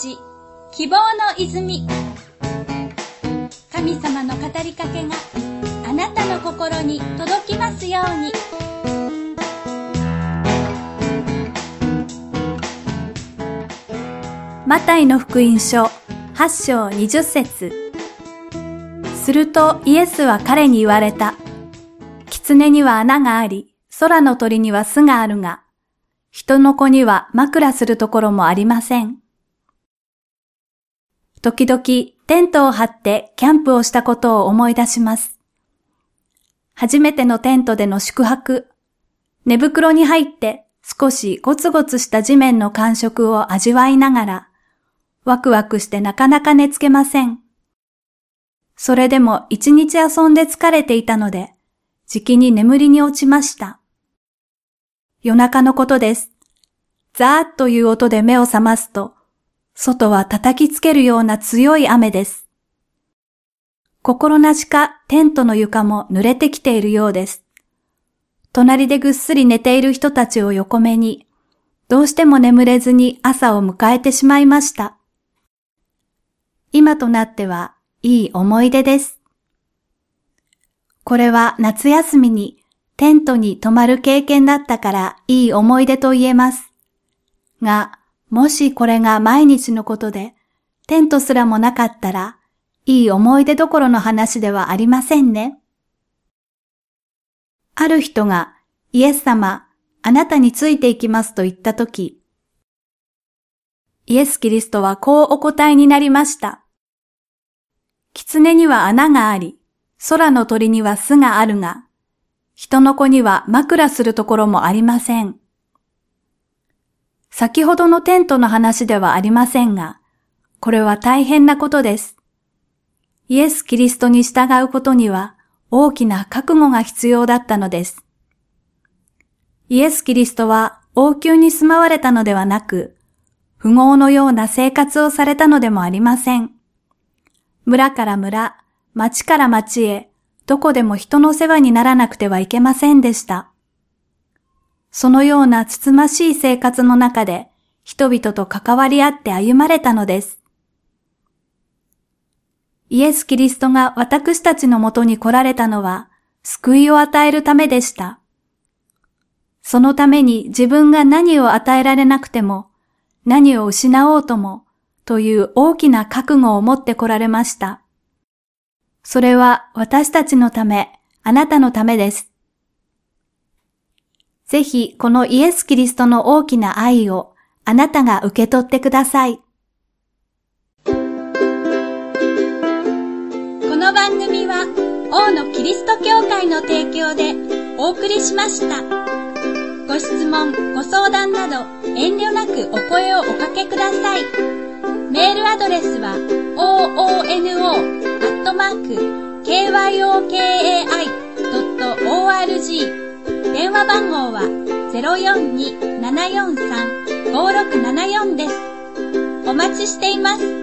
ジ、希望の泉。神様の語りかけがあなたの心に届きますように。 マタイの福音書8章20節。するとイエスは彼に言われた。狐には穴があり、空の鳥には巣があるが、人の子には枕するところもありません。時々テントを張ってキャンプをしたことを思い出します。初めてのテントでの宿泊、寝袋に入って少しゴツゴツした地面の感触を味わいながら、ワクワクしてなかなか寝つけません。それでも一日遊んで疲れていたので、じきに眠りに落ちました。夜中のことです。ザーッという音で目を覚ますと、外は叩きつけるような強い雨です。心なしかテントの床も濡れてきているようです。隣でぐっすり寝ている人たちを横目に、どうしても眠れずに朝を迎えてしまいました。今となってはいい思い出です。これは夏休みにテントに泊まる経験だったからいい思い出と言えます。が、もしこれが毎日のことで、テントすらもなかったら、いい思い出どころの話ではありませんね。ある人が、イエス様、あなたについていきますと言ったとき、イエス・キリストはこうお答えになりました。狐には穴があり、空の鳥には巣があるが、人の子には枕するところもありません。先ほどのテントの話ではありませんが、これは大変なことです。イエス・キリストに従うことには大きな覚悟が必要だったのです。イエス・キリストは王宮に住まわれたのではなく、富豪のような生活をされたのでもありません。村から村、町から町へ、どこでも人の世話にならなくてはいけませんでした。そのようなつつましい生活の中で、人々と関わり合って歩まれたのです。イエス・キリストが私たちのもとに来られたのは、救いを与えるためでした。そのために自分が何を与えられなくても、何を失おうとも、という大きな覚悟を持って来られました。それは私たちのため、あなたのためです。ぜひこのイエス・キリストの大きな愛をあなたが受け取ってください。 この番組は王のキリスト教会の提供でお送りしました。ご質問、ご相談など遠慮なくお声をおかけください。メールアドレスは ono@kyokkai.org。電話番号は 042-743-5674 です。お待ちしています。